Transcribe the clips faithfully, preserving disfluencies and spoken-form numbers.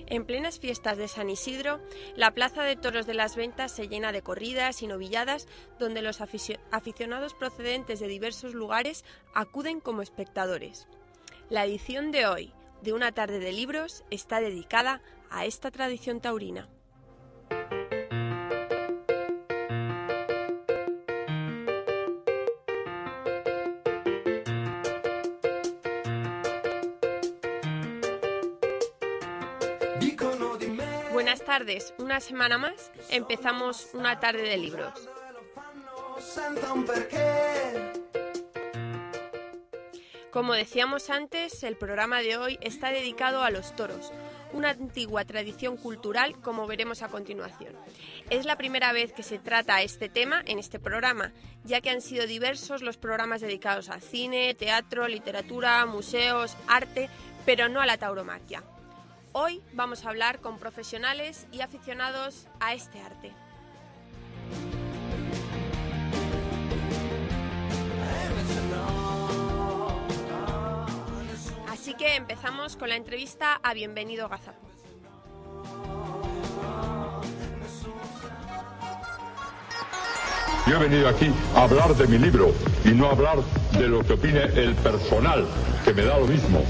En plenas fiestas de San Isidro, la Plaza de Toros de las Ventas se llena de corridas y novilladas donde los aficionados procedentes de diversos lugares acuden como espectadores. La edición de hoy de Una tarde de libros está dedicada a esta tradición taurina. Buenas tardes, una semana más empezamos Una tarde de libros. Como decíamos antes, el programa de hoy está dedicado a los toros, una antigua tradición cultural, como veremos a continuación. Es la primera vez que se trata este tema en este programa, ya que han sido diversos los programas dedicados al cine, teatro, literatura, museos, arte, pero no a la tauromaquia. Hoy vamos a hablar con profesionales y aficionados a este arte. Así que empezamos con la entrevista a Bienvenido Gazapo. Yo he venido aquí a hablar de mi libro y no a hablar de lo que opine el personal, que me da lo mismo.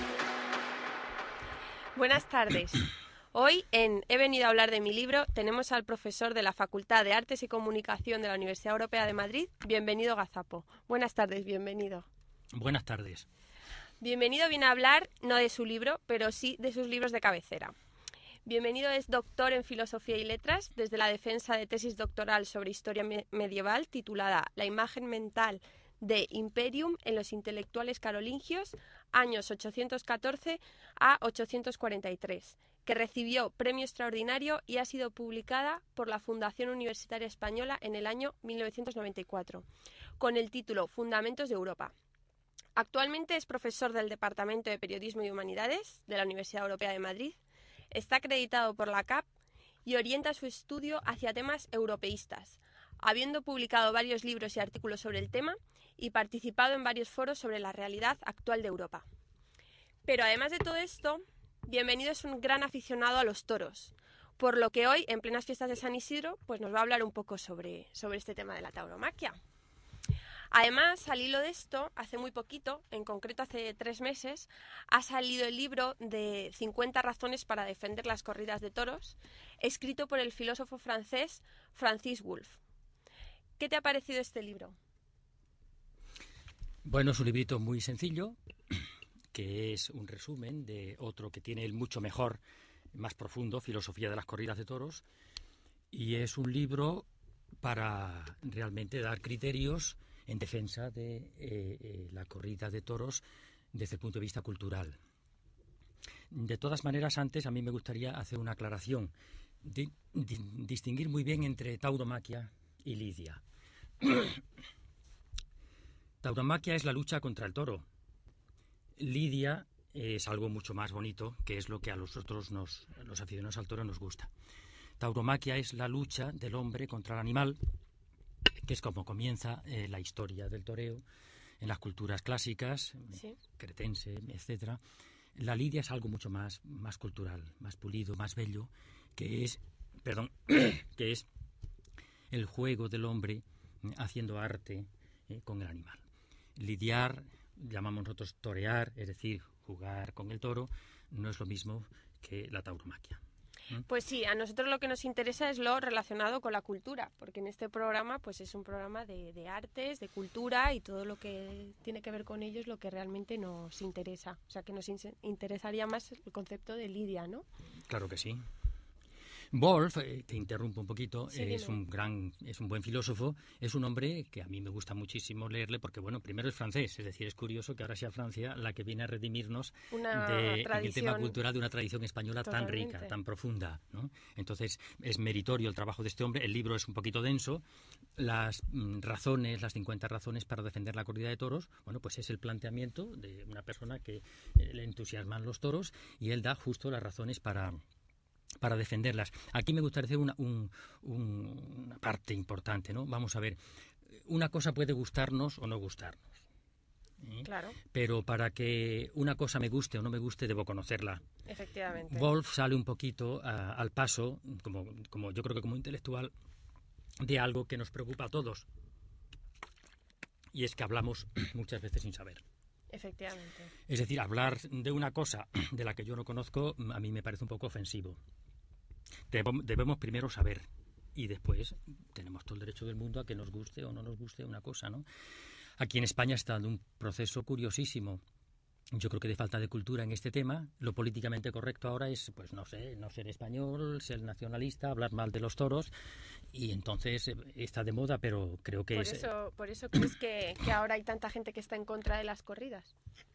Buenas tardes. Hoy en He venido a hablar de mi libro tenemos al profesor de la Facultad de Artes y Comunicación de la Universidad Europea de Madrid, Bienvenido Gazapo. Buenas tardes, bienvenido. Buenas tardes. Bienvenido viene a hablar no de su libro, pero sí de sus libros de cabecera. Bienvenido es doctor en Filosofía y Letras desde la defensa de tesis doctoral sobre historia me- medieval titulada La imagen mental de Imperium en los intelectuales carolingios, años ochocientos catorce a ochocientos cuarenta y tres, que recibió premio extraordinario y ha sido publicada por la Fundación Universitaria Española en el año mil novecientos noventa y cuatro, con el título Fundamentos de Europa. Actualmente es profesor del Departamento de Periodismo y Humanidades de la Universidad Europea de Madrid, está acreditado por la C A P y orienta su estudio hacia temas europeístas, habiendo publicado varios libros y artículos sobre el tema y participado en varios foros sobre la realidad actual de Europa. Pero además de todo esto, Bienvenido es un gran aficionado a los toros, por lo que hoy, en plenas fiestas de San Isidro, pues nos va a hablar un poco sobre, sobre este tema de la tauromaquia. Además, al hilo de esto, hace muy poquito, en concreto hace tres meses, ha salido el libro de cincuenta razones para defender las corridas de toros, escrito por el filósofo francés Francis Wolff. ¿Qué te ha parecido este libro? Bueno, es un librito muy sencillo, que es un resumen de otro que tiene el mucho mejor, más profundo, Filosofía de las corridas de toros, y es un libro para realmente dar criterios en defensa de eh, eh, la corrida de toros desde el punto de vista cultural. De todas maneras, antes a mí me gustaría hacer una aclaración, de, de, distinguir muy bien entre tauromaquia y lidia. Tauromaquia es la lucha contra el toro. Lidia es algo mucho más bonito, que es lo que a nosotros, nos, los aficionados al toro, nos gusta. Tauromaquia es la lucha del hombre contra el animal, que es como comienza eh, la historia del toreo en las culturas clásicas, sí. cretense, etcétera. La lidia es algo mucho más, más cultural, más pulido, más bello, que es, perdón, que es el juego del hombre eh, haciendo arte eh, con el animal. Lidiar, llamamos nosotros torear, es decir, jugar con el toro, no es lo mismo que la tauromaquia. Pues sí, a nosotros lo que nos interesa es lo relacionado con la cultura, porque en este programa pues es un programa de, de artes, de cultura, y todo lo que tiene que ver con ello es lo que realmente nos interesa. O sea, que nos in- interesaría más el concepto de lidia, ¿no? Claro que sí. Wolff, eh, te interrumpo un poquito, Sí, eh, es dime. un gran, es un buen filósofo, es un hombre que a mí me gusta muchísimo leerle porque, bueno, primero es francés, es decir, es curioso que ahora sea Francia la que viene a redimirnos de, en el tema cultural de una tradición española totalmente. tan rica, tan profunda, ¿no? Entonces, es meritorio el trabajo de este hombre, el libro es un poquito denso, las mm, razones, las cincuenta razones para defender la corrida de toros, bueno, pues es el planteamiento de una persona que eh, le entusiasman los toros y él da justo las razones para... para defenderlas. Aquí me gustaría hacer una, un, un, una parte importante, ¿no? Vamos a ver, una cosa puede gustarnos o no gustarnos. ¿eh? Claro. Pero para que una cosa me guste o no me guste, debo conocerla. Efectivamente. Wolf sale un poquito a, al paso, como, como yo creo que como intelectual, de algo que nos preocupa a todos. Y es que hablamos muchas veces sin saber. Efectivamente. Es decir, hablar de una cosa de la que yo no conozco, a mí me parece un poco ofensivo. Debemos, debemos primero saber y después tenemos todo el derecho del mundo a que nos guste o no nos guste una cosa, ¿no? Aquí en España está dando un proceso curiosísimo. Yo creo que de falta de cultura en este tema. Lo políticamente correcto ahora es, pues no sé, no ser español, ser nacionalista, hablar mal de los toros, y entonces está de moda, pero creo que por es... Eso, ¿Por eso crees que, que ahora hay tanta gente que está en contra de las corridas?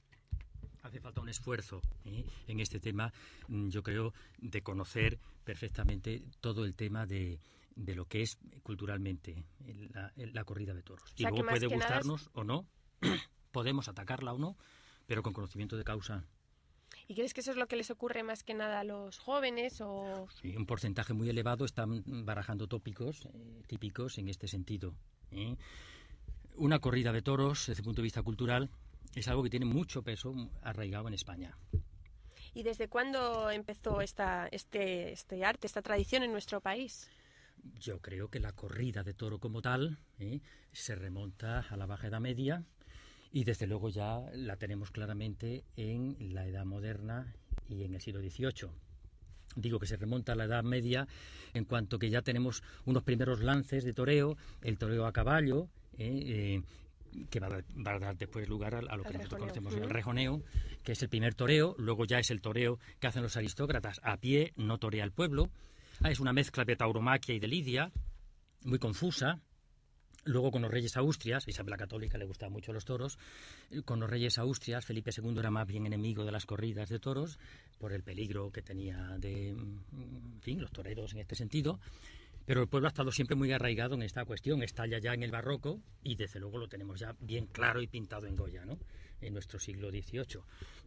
Hace falta un esfuerzo ¿eh? en este tema, yo creo, de conocer perfectamente todo el tema de, de lo que es culturalmente la, la corrida de toros. O sea, y luego puede gustarnos es... o no, podemos atacarla o no, pero con conocimiento de causa. ¿Y crees que eso es lo que les ocurre más que nada a los jóvenes? O... Sí, un porcentaje muy elevado están barajando tópicos eh, típicos en este sentido. ¿eh? Una corrida de toros, desde el punto de vista cultural, es algo que tiene mucho peso arraigado en España. ¿Y desde cuándo empezó esta, este, este arte, esta tradición en nuestro país? Yo creo que la corrida de toro como tal ¿eh? se remonta a la Baja Edad Media, y desde luego ya la tenemos claramente en la Edad Moderna y en el siglo dieciocho. Digo que se remonta a la Edad Media en cuanto que ya tenemos unos primeros lances de toreo, el toreo a caballo, eh, eh, que va a, va a dar después lugar a, a lo que nosotros conocemos el rejoneo, que es el primer toreo. Luego ya es el toreo que hacen los aristócratas a pie, no torea el pueblo. Ah, es una mezcla de tauromaquia y de lidia, muy confusa. Luego con los reyes austrias, Isabel la Católica le gustaban mucho los toros, con los reyes austrias, Felipe segundo era más bien enemigo de las corridas de toros, por el peligro que tenía de, en fin, los toreros en este sentido, pero el pueblo ha estado siempre muy arraigado en esta cuestión, estalla ya en el barroco, y desde luego lo tenemos ya bien claro y pintado en Goya, ¿no?, en nuestro siglo dieciocho.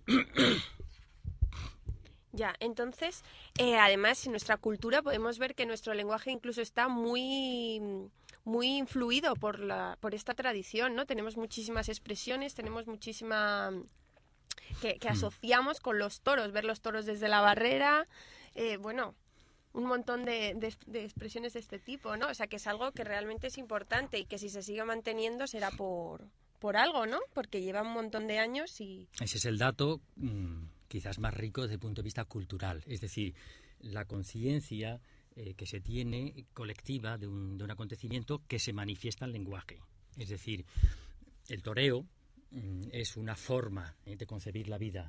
Ya, entonces, eh, además, en nuestra cultura podemos ver que nuestro lenguaje incluso está muy, muy influido por, la, por esta tradición, ¿no? Tenemos muchísimas expresiones, tenemos muchísima... que, que asociamos con los toros, ver los toros desde la barrera, eh, bueno, un montón de, de, de expresiones de este tipo, ¿no? O sea, que es algo que realmente es importante y que si se sigue manteniendo será por, por algo, ¿no? Porque lleva un montón de años y... Ese es el dato... Mmm... quizás más rico desde el punto de vista cultural, es decir, la conciencia eh, que se tiene colectiva de un, de un acontecimiento que se manifiesta en lenguaje. Es decir, el toreo mm, es una forma eh, de concebir la vida.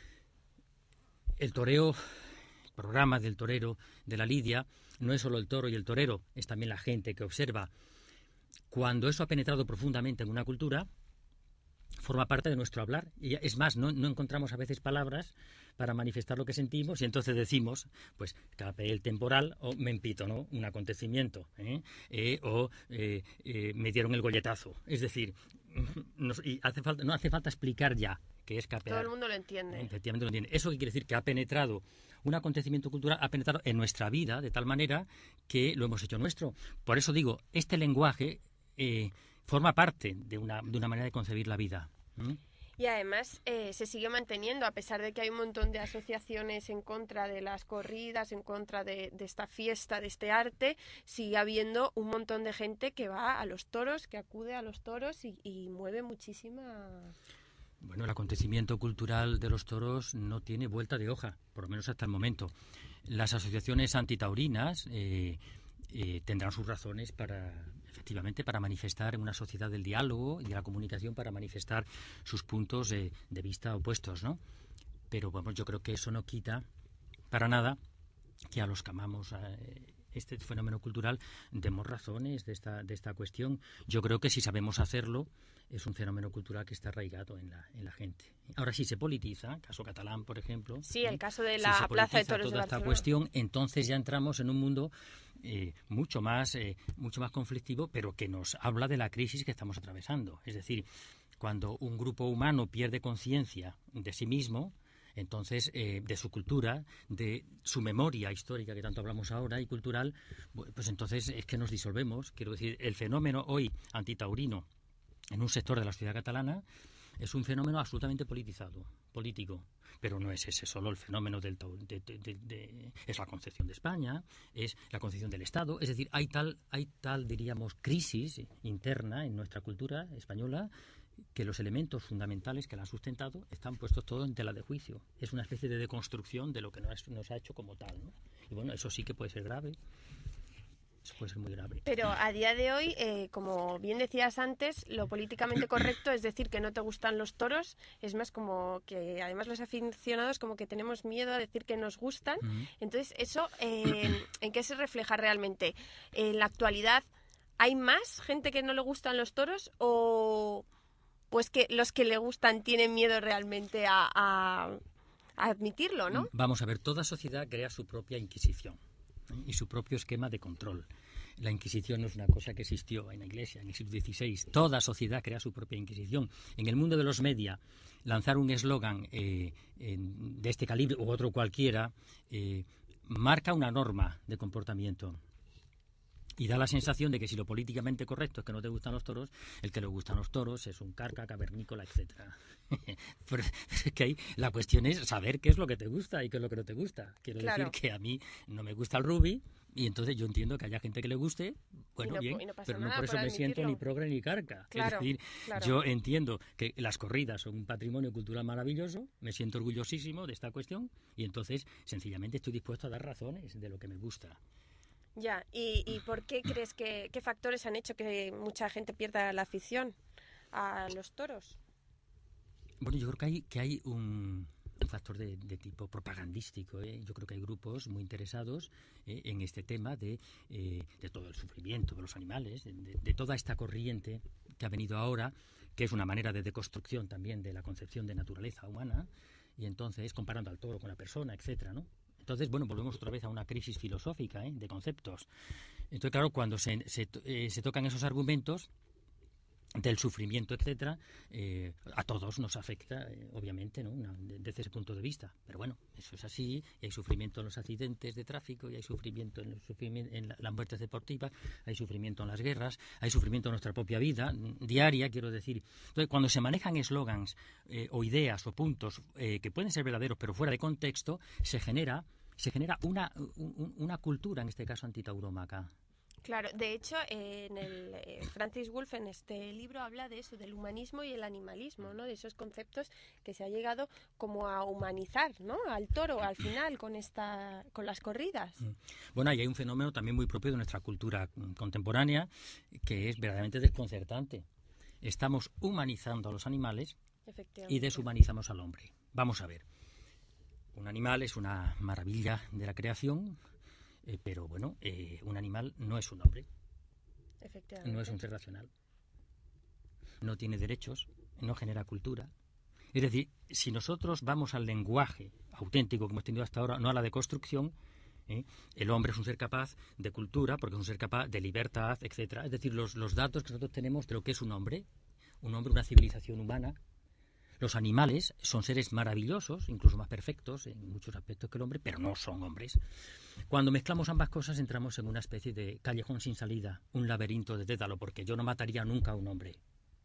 El toreo, el programa del torero, de la lidia, no es solo el toro y el torero, es también la gente que observa. Cuando eso ha penetrado profundamente en una cultura, forma parte de nuestro hablar. Y es más, no, no encontramos a veces palabras para manifestar lo que sentimos y entonces decimos, pues, capé el temporal o me empito, ¿no?, un acontecimiento, ¿eh? Eh, o eh, eh, me dieron el golletazo. Es decir, nos, y hace falta, no hace falta explicar ya qué es capear. Todo el mundo lo entiende. ¿Eh? Efectivamente lo entiende. ¿Eso qué quiere decir? Que ha penetrado, un acontecimiento cultural ha penetrado en nuestra vida de tal manera que lo hemos hecho nuestro. Por eso digo, este lenguaje... Eh, forma parte de una, de una manera de concebir la vida. ¿Mm? Y además eh, se sigue manteniendo, a pesar de que hay un montón de asociaciones en contra de las corridas, en contra de, de esta fiesta, de este arte, sigue habiendo un montón de gente que va a los toros, que acude a los toros y, y mueve muchísima... Bueno, el acontecimiento cultural de los toros no tiene vuelta de hoja, por lo menos hasta el momento. Las asociaciones antitaurinas eh, eh, tendrán sus razones para... efectivamente, para manifestar en una sociedad del diálogo y de la comunicación, para manifestar sus puntos de, de vista opuestos, ¿no? Pero, bueno, yo creo que eso no quita para nada que a los que amamos eh, este fenómeno cultural demos razones de esta, de esta cuestión. Yo creo que si sabemos hacerlo, es un fenómeno cultural que está arraigado en la, en la gente. Ahora, si se politiza, caso catalán, por ejemplo... Sí, el ¿eh? caso de si la Plaza de Toros de toda esta Barcelona. cuestión, entonces ya entramos en un mundo eh, mucho más eh, mucho más conflictivo, pero que nos habla de la crisis que estamos atravesando. Es decir, cuando un grupo humano pierde conciencia de sí mismo, entonces eh, de su cultura, de su memoria histórica que tanto hablamos ahora y cultural, pues entonces es que nos disolvemos. Quiero decir, el fenómeno hoy antitaurino en un sector de la sociedad catalana es un fenómeno absolutamente politizado, político. Pero no es ese solo el fenómeno del de, de, de, de, es la concepción de España, es la concepción del Estado. Es decir, hay tal, hay tal, diríamos, crisis interna en nuestra cultura española que los elementos fundamentales que la han sustentado están puestos todos en tela de juicio. Es una especie de deconstrucción de lo que nos, nos ha hecho como tal, ¿no? Y bueno, eso sí que puede ser grave. Eso puede ser muy grave. Pero a día de hoy, eh, como bien decías antes, lo políticamente correcto es decir que no te gustan los toros. Es más como que además los aficionados como que tenemos miedo a decir que nos gustan. Uh-huh. Entonces, ¿eso eh, en qué se refleja realmente? ¿En la actualidad hay más gente que no le gustan los toros o pues que los que le gustan tienen miedo realmente a, a, a admitirlo, ¿no? Vamos a ver, toda sociedad crea su propia Inquisición y su propio esquema de control. La Inquisición no es una cosa que existió en la Iglesia en el siglo dieciséis. Toda sociedad crea su propia Inquisición. En el mundo de los media, lanzar un eslogan eh, de este calibre u otro cualquiera eh, marca una norma de comportamiento. Y da la sensación de que si lo políticamente correcto es que no te gustan los toros, el que le gustan los toros es un carca, cavernícola, etcétera. Pero es que ahí la cuestión es saber qué es lo que te gusta y qué es lo que no te gusta. Quiero claro. decir que a mí no me gusta el rubí y entonces yo entiendo que haya gente que le guste, bueno, no, bien, no pero no por eso por me siento ni progre ni carca. Claro, es decir, claro. yo entiendo que las corridas son un patrimonio cultural maravilloso, me siento orgullosísimo de esta cuestión y entonces sencillamente estoy dispuesto a dar razones de lo que me gusta. Ya, ¿y, y por qué crees que qué factores han hecho que mucha gente pierda la afición a los toros? Bueno, yo creo que hay, que hay un, un factor de, de tipo propagandístico. ¿eh? Yo creo que hay grupos muy interesados eh, en este tema de, eh, de todo el sufrimiento de los animales, de, de toda esta corriente que ha venido ahora, que es una manera de deconstrucción también de la concepción de naturaleza humana, y entonces comparando al toro con la persona, etcétera, ¿no? Entonces, bueno, volvemos otra vez a una crisis filosófica ¿eh? de conceptos. Entonces, claro, cuando se, se, eh, se tocan esos argumentos del sufrimiento, etcétera, eh, a todos nos afecta, eh, obviamente, ¿no? Una, de, desde ese punto de vista. Pero bueno, eso es así, y hay sufrimiento en los accidentes de tráfico, y hay sufrimiento en, los sufrimiento, en la, las muertes deportivas, hay sufrimiento en las guerras, hay sufrimiento en nuestra propia vida diaria, quiero decir. Entonces, cuando se manejan eslogans eh, o ideas o puntos eh, que pueden ser verdaderos, pero fuera de contexto, se genera, se genera una, un, una cultura, en este caso, antitaurómaca. Claro, de hecho, eh, en el eh, Francis Wolff en este libro habla de eso, del humanismo y el animalismo, ¿no? De esos conceptos que se ha llegado como a humanizar, ¿no? Al toro, al final, con esta, con las corridas. Bueno, y hay un fenómeno también muy propio de nuestra cultura contemporánea que es verdaderamente desconcertante. Estamos humanizando a los animales y deshumanizamos al hombre. Vamos a ver. Un animal es una maravilla de la creación. Eh, pero bueno, eh, un animal no es un hombre, no es un ser racional, no tiene derechos, no genera cultura. Es decir, si nosotros vamos al lenguaje auténtico que hemos tenido hasta ahora, no a la deconstrucción, ¿eh? el hombre es un ser capaz de cultura, porque es un ser capaz de libertad, etcétera. Es decir, los, los datos que nosotros tenemos de lo que es un hombre, un hombre, una civilización humana. Los animales son seres maravillosos, incluso más perfectos en muchos aspectos que el hombre, pero no son hombres. Cuando mezclamos ambas cosas entramos en una especie de callejón sin salida, un laberinto de Dédalo, porque yo no mataría nunca a un hombre,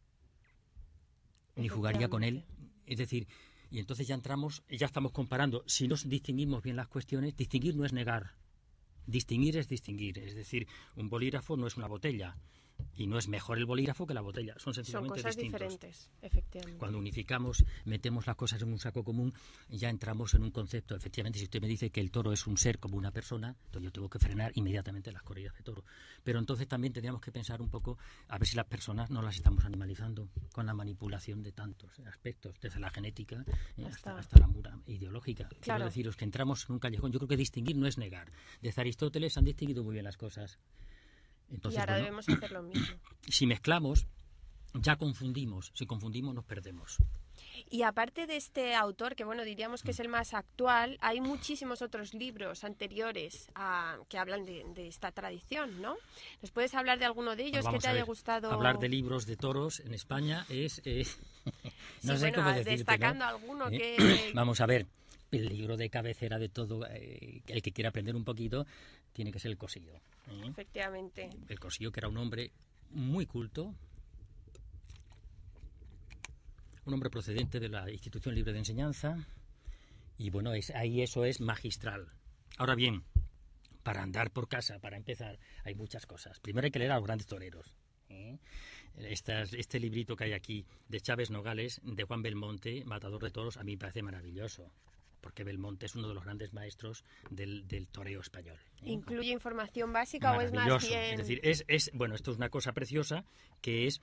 ni jugaría con él. Es decir, y entonces ya entramos, ya estamos comparando. Si no distinguimos bien las cuestiones, distinguir no es negar, distinguir es distinguir. Es decir, un bolígrafo no es una botella. Y no es mejor el bolígrafo que la botella, son sencillamente distintos. Son cosas distintos. diferentes, efectivamente. Cuando unificamos, metemos las cosas en un saco común, ya entramos en un concepto. Efectivamente, si usted me dice que el toro es un ser como una persona, entonces yo tengo que frenar inmediatamente las corridas de toro. Pero entonces también tendríamos que pensar un poco a ver si las personas no las estamos animalizando con la manipulación de tantos aspectos, desde la genética eh, hasta, hasta, hasta la mura ideológica. Claro. Quiero deciros que entramos en un callejón. Yo creo que distinguir no es negar. Desde Aristóteles han distinguido muy bien las cosas. Entonces, y ahora bueno, debemos hacer lo mismo. Si mezclamos, ya confundimos. Si confundimos, nos perdemos. Y aparte de este autor, que bueno, diríamos que es el más actual, hay muchísimos otros libros anteriores a, que hablan de, de esta tradición, ¿no? ¿Nos puedes hablar de alguno de ellos bueno, que te haya gustado? Hablar de libros de toros en España es... Eh, no sí, sé bueno, cómo decirte, destacando ¿no? alguno ¿Eh? que... Vamos a ver. El libro de cabecera de todo, eh, el que quiera aprender un poquito, tiene que ser el Cosillo. ¿eh? Efectivamente. El Cosillo, que era un hombre muy culto, un hombre procedente de la Institución Libre de Enseñanza, y bueno, es, ahí eso es magistral. Ahora bien, para andar por casa, para empezar, hay muchas cosas. Primero hay que leer a los grandes toreros. ¿eh? Estas, este librito que hay aquí de Chávez Nogales, de Juan Belmonte, Matador de Toros, a mí me parece maravilloso, porque Belmonte es uno de los grandes maestros del, del toreo español. ¿eh? ¿Incluye información básica o es más bien...? Es decir, es, es, bueno, esto es una cosa preciosa que es,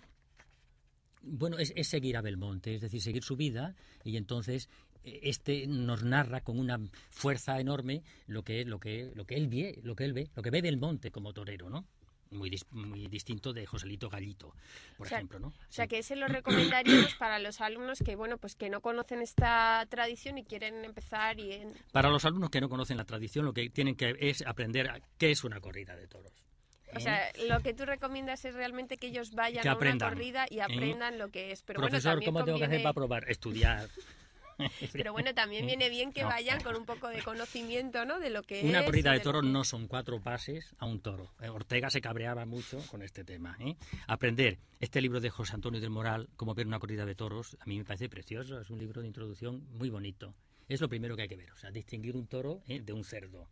bueno, es, es seguir a Belmonte, es decir, seguir su vida, y entonces este nos narra con una fuerza enorme lo que, lo que, lo que él ve, lo que él ve, lo que ve Belmonte como torero, ¿no? Muy, dis, muy distinto de Joselito Gallito, por o sea, ejemplo, ¿no? O sea, que ese lo recomendaríamos para los alumnos que, bueno, pues que no conocen esta tradición y quieren empezar y... En... Para los alumnos que no conocen la tradición, lo que tienen que es aprender a, qué es una corrida de toros. O sea, lo que tú recomiendas es realmente que ellos vayan que a una corrida y aprendan ¿eh? lo que es. Pero Profesor, bueno, ¿cómo conviene... tengo que hacer para probar? Estudiar. Pero bueno, también viene bien que vayan con un poco de conocimiento, ¿no? De lo que Una es. corrida de, de toros que... no son cuatro pases a un toro. Ortega se cabreaba mucho con este tema. ¿eh? Aprender este libro de José Antonio del Moral, Cómo ver una corrida de toros, a mí me parece precioso. Es un libro de introducción muy bonito. Es lo primero que hay que ver, o sea, distinguir un toro ¿eh? de un cerdo.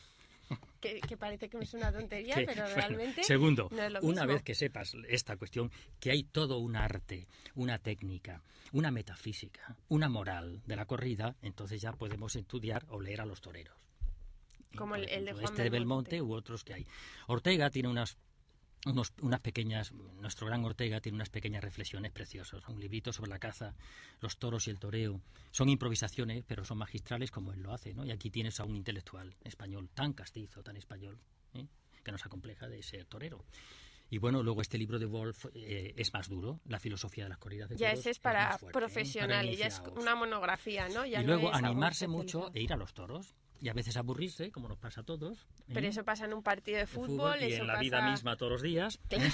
Que, que parece que es una tontería, que, pero realmente bueno, segundo, no es lo una mismo. vez que sepas esta cuestión, que hay todo un arte, una técnica, una metafísica, una moral de la corrida, entonces ya podemos estudiar o leer a los toreros. Como el, el de Juan este de Belmonte. Belmonte u otros que hay. Ortega tiene unas Unos, unas pequeñas, nuestro gran Ortega tiene unas pequeñas reflexiones preciosas, un librito sobre la caza, los toros y el toreo. Son improvisaciones, pero son magistrales como él lo hace, ¿no? Y aquí tienes a un intelectual español tan castizo, tan español, ¿eh? que nos acompleja de ser torero. Y bueno, luego este libro de Wolf eh, es más duro, la filosofía de las corridas de toros. Ya ese es para es fuerte, profesionales, ¿eh? ya es una monografía, ¿no? Ya y luego no es animarse mucho e ir a los toros. Y a veces aburrirse, como nos pasa a todos. ¿eh? Pero eso pasa en un partido de fútbol. de fútbol y eso en la pasa... vida misma todos los días. Claro.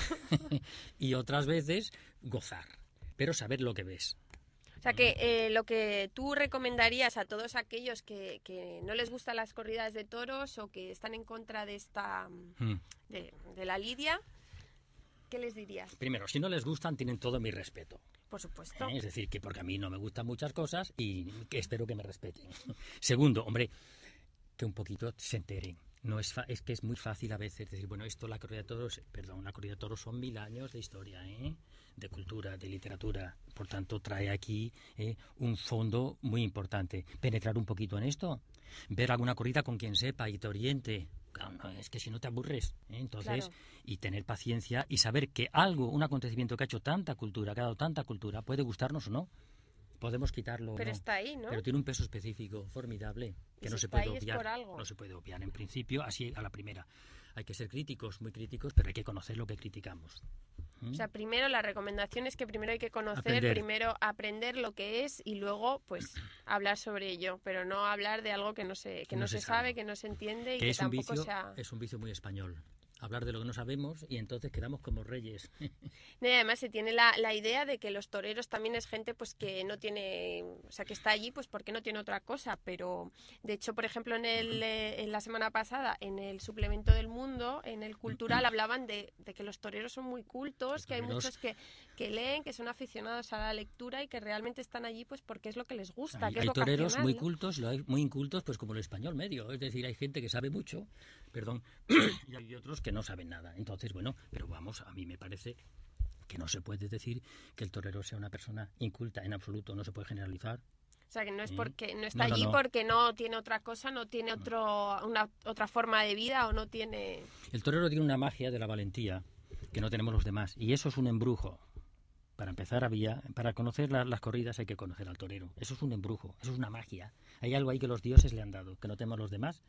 Y otras veces gozar, pero saber lo que ves. O sea que eh, lo que tú recomendarías a todos aquellos que, que no les gustan las corridas de toros o que están en contra de esta Mm. de, de la lidia, ¿qué les dirías? Primero, si no les gustan, tienen todo mi respeto. Por supuesto. ¿Eh? Es decir, que porque a mí no me gustan muchas cosas y que espero que me respeten. Segundo, hombre, que un poquito se enteren. No es, fa es que es muy fácil a veces decir, bueno, esto la corrida de toros, perdón, la corrida de toros son mil años de historia, ¿eh? de cultura, de literatura. Por tanto, trae aquí ¿eh? un fondo muy importante. Penetrar un poquito en esto, ver alguna corrida con quien sepa y te oriente. Claro, no, es que si no te aburres, ¿eh? entonces, Claro. y tener paciencia y saber que algo, un acontecimiento que ha hecho tanta cultura, que ha dado tanta cultura, puede gustarnos o no. Podemos quitarlo, Pero no. está ahí, ¿no? Pero tiene un peso específico formidable que Y no si se está puede ahí es obviar. por algo. No se puede obviar en principio, así a la primera. Hay que ser críticos, muy críticos, pero hay que conocer lo que criticamos. ¿Mm? O sea, primero la recomendación es que primero hay que conocer, Aprender. primero aprender lo que es y luego pues hablar sobre ello, pero no hablar de algo que no se que no, No se se sabe, sabe. que no se entiende y Que que, es un tampoco vicio, sea... es un vicio muy español. Hablar de lo que no sabemos y entonces quedamos como reyes. No, y además se tiene la, la idea de que los toreros también es gente pues que no tiene, o sea, que está allí pues porque no tiene otra cosa, pero de hecho, por ejemplo, en, el, eh, en la semana pasada, en el suplemento del Mundo, en el Cultural, hablaban de, de que los toreros son muy cultos, Los que hay toreros- muchos que, que leen, que son aficionados a la lectura y que realmente están allí pues porque es lo que les gusta, Hay, que hay es toreros vocacional, muy ¿no? cultos, lo hay muy incultos, pues como el español medio. Es decir, hay gente que sabe mucho, perdón, y hay otros que no saben nada. Entonces, bueno, pero vamos, a mí me parece que no se puede decir que el torero sea una persona inculta en absoluto, no se puede generalizar. O sea, que no es ¿Eh? porque no está No, no, allí no. porque no tiene otra cosa, no tiene otro una otra forma de vida o no tiene... El torero tiene una magia de la valentía que no tenemos los demás, y eso es un embrujo. Para empezar, había, para conocer la, las corridas hay que conocer al torero. Eso es un embrujo, eso es una magia. Hay algo ahí que los dioses le han dado, que no tenemos los demás.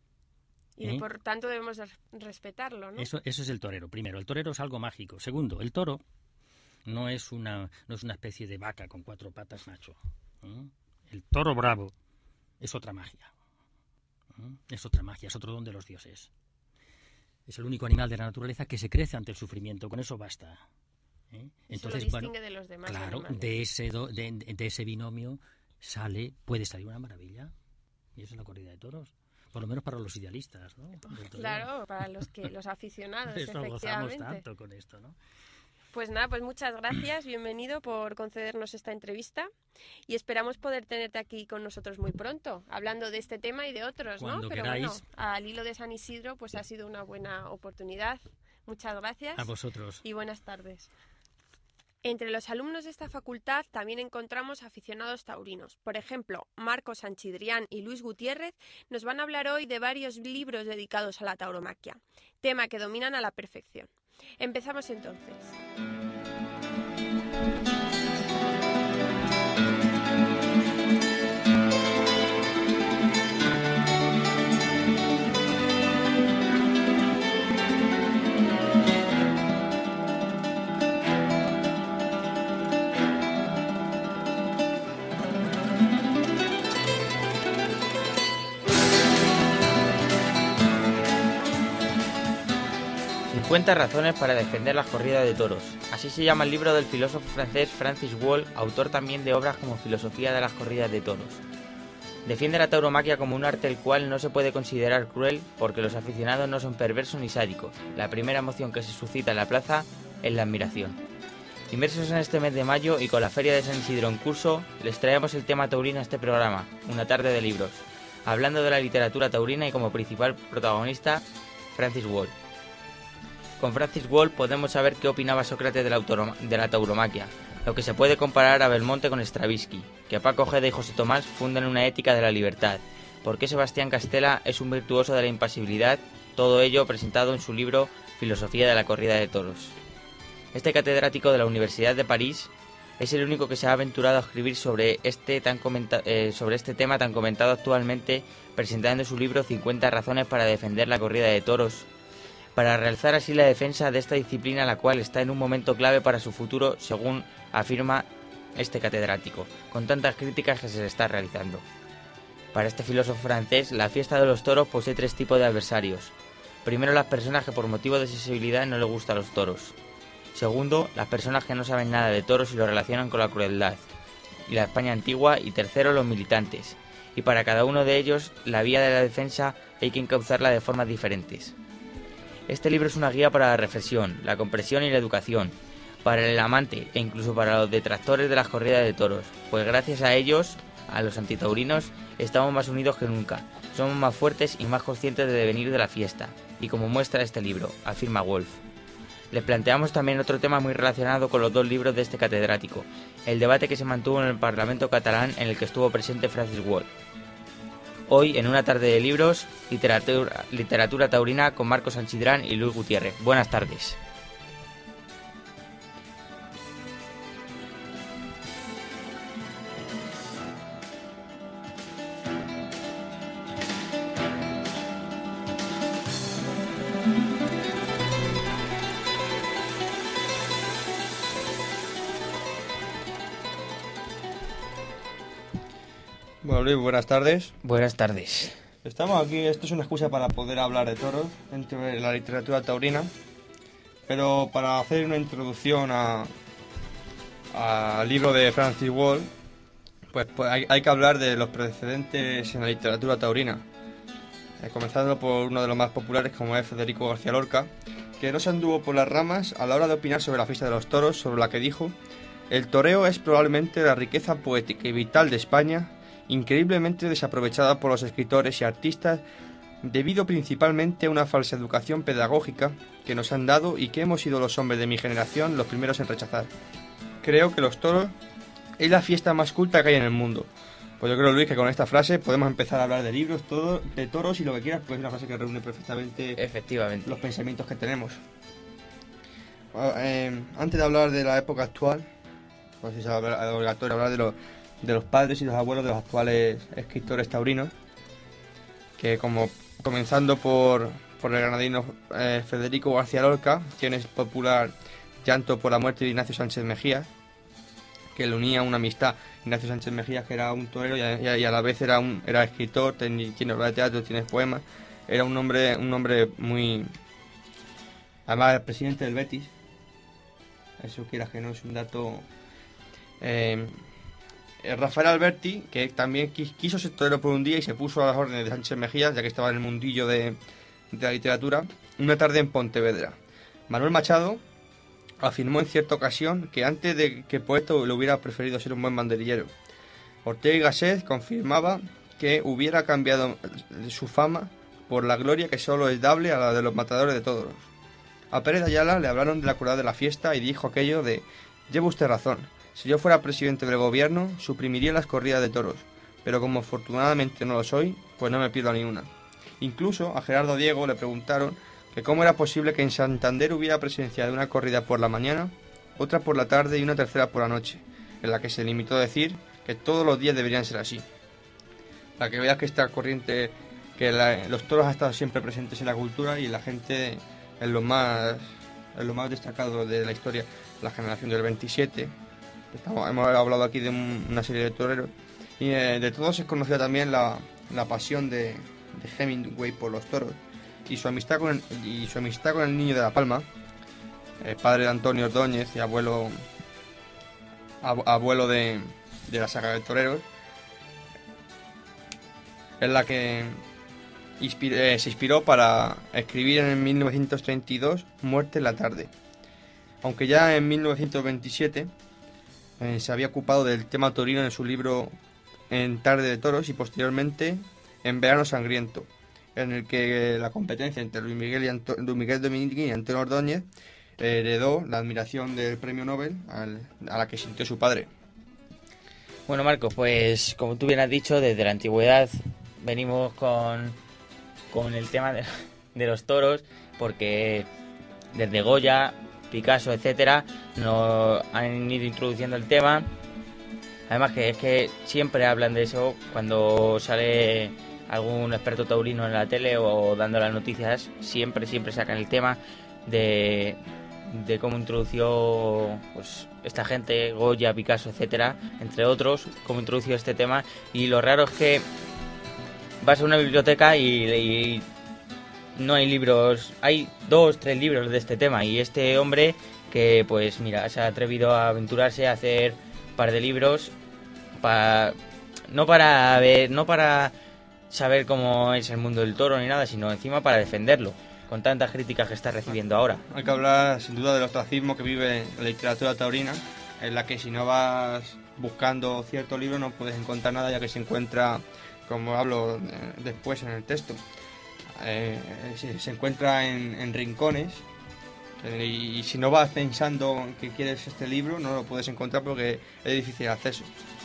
Y ¿Eh? por tanto debemos de respetarlo, ¿no? Eso, eso es el torero. Primero, el torero es algo mágico. Segundo, el toro no es una, no es una especie de vaca con cuatro patas macho. ¿eh? El toro bravo es otra magia. ¿eh? Es otra magia, es otro don de los dioses. Es el único animal de la naturaleza que se crece ante el sufrimiento. Con eso basta. ¿eh? Eso lo Entonces, distingue bueno, de los demás claro, animales. de ese, do- de, de ese binomio sale, puede salir una maravilla. Y eso es la corrida de toros. Por lo menos para los idealistas, ¿no? Del toreo. Claro, para los que los aficionados, Eso gozamos efectivamente. tanto con esto, ¿no? Pues nada, pues muchas gracias, bienvenido por concedernos esta entrevista y esperamos poder tenerte aquí con nosotros muy pronto, hablando de este tema y de otros, Cuando ¿no? Pero queráis. bueno, al hilo de San Isidro pues ha sido una buena oportunidad. Muchas gracias. A vosotros. Y buenas tardes. Entre los alumnos de esta facultad también encontramos aficionados taurinos. Por ejemplo, Marcos Sanchidrián y Luis Gutiérrez nos van a hablar hoy de varios libros dedicados a la tauromaquia, tema que dominan a la perfección. Empezamos entonces. cincuenta razones para defender las corridas de toros. Así se llama el libro del filósofo francés Francis Wall, autor también de obras como Filosofía de las corridas de toros. Defiende la tauromaquia como un arte el cual no se puede considerar cruel porque los aficionados no son perversos ni sádicos. La primera emoción que se suscita en la plaza es la admiración. Inmersos en este mes de mayo y con la Feria de San Isidro en curso, les traemos el tema taurino a este programa, una tarde de libros, hablando de la literatura taurina y como principal protagonista, Francis Wall. Con Francis Wall podemos saber qué opinaba Sócrates de la, autorom- de la tauromaquia, lo que se puede comparar a Belmonte con Stravinsky, que Paco Ojeda y José Tomás fundan una ética de la libertad, por qué Sebastián Castella es un virtuoso de la impasibilidad, todo ello presentado en su libro Filosofía de la corrida de toros. Este catedrático de la Universidad de París es el único que se ha aventurado a escribir sobre este, tan comenta- eh, sobre este tema tan comentado actualmente, presentando su libro cincuenta razones para defender la corrida de toros, para realzar así la defensa de esta disciplina, la cual está en un momento clave para su futuro, según afirma este catedrático, con tantas críticas que se le está realizando. Para este filósofo francés, la fiesta de los toros posee tres tipos de adversarios. Primero, las personas que por motivo de sensibilidad no les gustan los toros. Segundo, las personas que no saben nada de toros y lo relacionan con la crueldad y la España antigua. Y tercero, los militantes. Y para cada uno de ellos, la vía de la defensa hay que encauzarla de formas diferentes. Este libro es una guía para la reflexión, la comprensión y la educación, para el amante e incluso para los detractores de las corridas de toros, pues gracias a ellos, a los antitaurinos, estamos más unidos que nunca, somos más fuertes y más conscientes del devenir de la fiesta, y como muestra este libro, afirma Wolf. Les planteamos también otro tema muy relacionado con los dos libros de este catedrático, el debate que se mantuvo en el Parlamento catalán en el que estuvo presente Francis Wall. Hoy, en una tarde de libros, literatura, literatura taurina con Marcos Sanchidrián y Luis Gutiérrez. Buenas tardes. Bueno, Luis, buenas tardes. Buenas tardes. Estamos aquí, esto es una excusa para poder hablar de toros entre la literatura taurina, pero para hacer una introducción a al libro de Francis Wall, pues, pues hay, hay que hablar de los precedentes en la literatura taurina, eh, comenzando por uno de los más populares como es Federico García Lorca, que no se anduvo por las ramas a la hora de opinar sobre la fiesta de los toros, sobre la que dijo: el toreo es probablemente la riqueza poética y vital de España, increíblemente desaprovechada por los escritores y artistas debido principalmente a una falsa educación pedagógica que nos han dado y que hemos sido los hombres de mi generación los primeros en rechazar. Creo que los toros es la fiesta más culta que hay en el mundo. Pues yo creo, Luis, que con esta frase podemos empezar a hablar de libros, todo, de toros y lo que quieras, pues es una frase que reúne perfectamente Efectivamente los pensamientos que tenemos. Bueno, eh, antes de hablar de la época actual, pues es obligatorio hablar de los de los padres y los abuelos de los actuales escritores taurinos, que como comenzando por, por el granadino eh, Federico García Lorca, quien es popular Llanto por la muerte de Ignacio Sánchez Mejías, que le unía una amistad. Ignacio Sánchez Mejías, que era un torero y a, y a la vez era un era escritor, tiene, tiene obras de teatro, tiene poemas, era un hombre un hombre muy... Además, el presidente del Betis, eso quieras que no, es un dato... Eh, Rafael Alberti, que también quiso ser torero por un día y se puso a las órdenes de Sánchez Mejías, ya que estaba en el mundillo de, de la literatura, una tarde en Pontevedra. Manuel Machado, afirmó en cierta ocasión que antes de que Poeto le hubiera preferido ser un buen banderillero. Ortega y Gasset confirmaba que hubiera cambiado su fama por la gloria que solo es dable a la de los matadores de toros. A Pérez de Ayala le hablaron de la crueldad de la fiesta y dijo aquello de: «Lleva usted razón, si yo fuera presidente del gobierno suprimiría las corridas de toros, pero como afortunadamente no lo soy, pues no me pierdo ni una». Incluso a Gerardo Diego le preguntaron que cómo era posible que en Santander hubiera presencia de una corrida por la mañana, otra por la tarde y una tercera por la noche, en la que se limitó a decir que todos los días deberían ser así. Para que veas que esta corriente, que la, los toros han estado siempre presentes en la cultura y la gente en lo más, en lo más destacado de la historia, la generación del veintisiete. Estamos, hemos hablado aquí de un, una serie de toreros y eh, de todos es conocida también la, la pasión de, de Hemingway por los toros y su amistad con el, y su amistad con el Niño de la Palma, eh, padre de Antonio Ordóñez y abuelo ab, abuelo de, de la saga de toreros, en la que inspir, eh, se inspiró para escribir en mil novecientos treinta y dos Muerte en la tarde. Aunque ya en mil novecientos veintisiete eh, se había ocupado del tema torino en su libro En Tarde de Toros y posteriormente en Verano Sangriento, en el que la competencia entre Luis Miguel, y Anto, Luis Miguel Dominici y Antonio Ordóñez eh, heredó la admiración del premio Nobel al, a la que sintió su padre. Bueno, Marcos, pues como tú bien has dicho, desde la antigüedad venimos con, con el tema de, de los toros, porque desde Goya, Picasso, etcétera, nos han ido introduciendo el tema. Además que es que siempre hablan de eso cuando sale algún experto taurino en la tele o dando las noticias, siempre, siempre sacan el tema de, de cómo introdució pues esta gente, Goya, Picasso, etcétera, entre otros, cómo introdució este tema. Y lo raro es que vas a una biblioteca y, y no hay libros, hay dos, tres libros de este tema, y este hombre que pues mira, se ha atrevido a aventurarse a hacer un par de libros para no para ver, no para saber cómo es el mundo del toro ni nada, sino encima para defenderlo, con tantas críticas que está recibiendo ahora. Hay que hablar sin duda del ostracismo que vive la literatura taurina, en la que si no vas buscando cierto libro no puedes encontrar nada, ya que se encuentra, como hablo eh, después en el texto, eh, se, se encuentra en, en rincones, eh, y, y si no vas pensando que quieres este libro no lo puedes encontrar porque es difícil de acceso.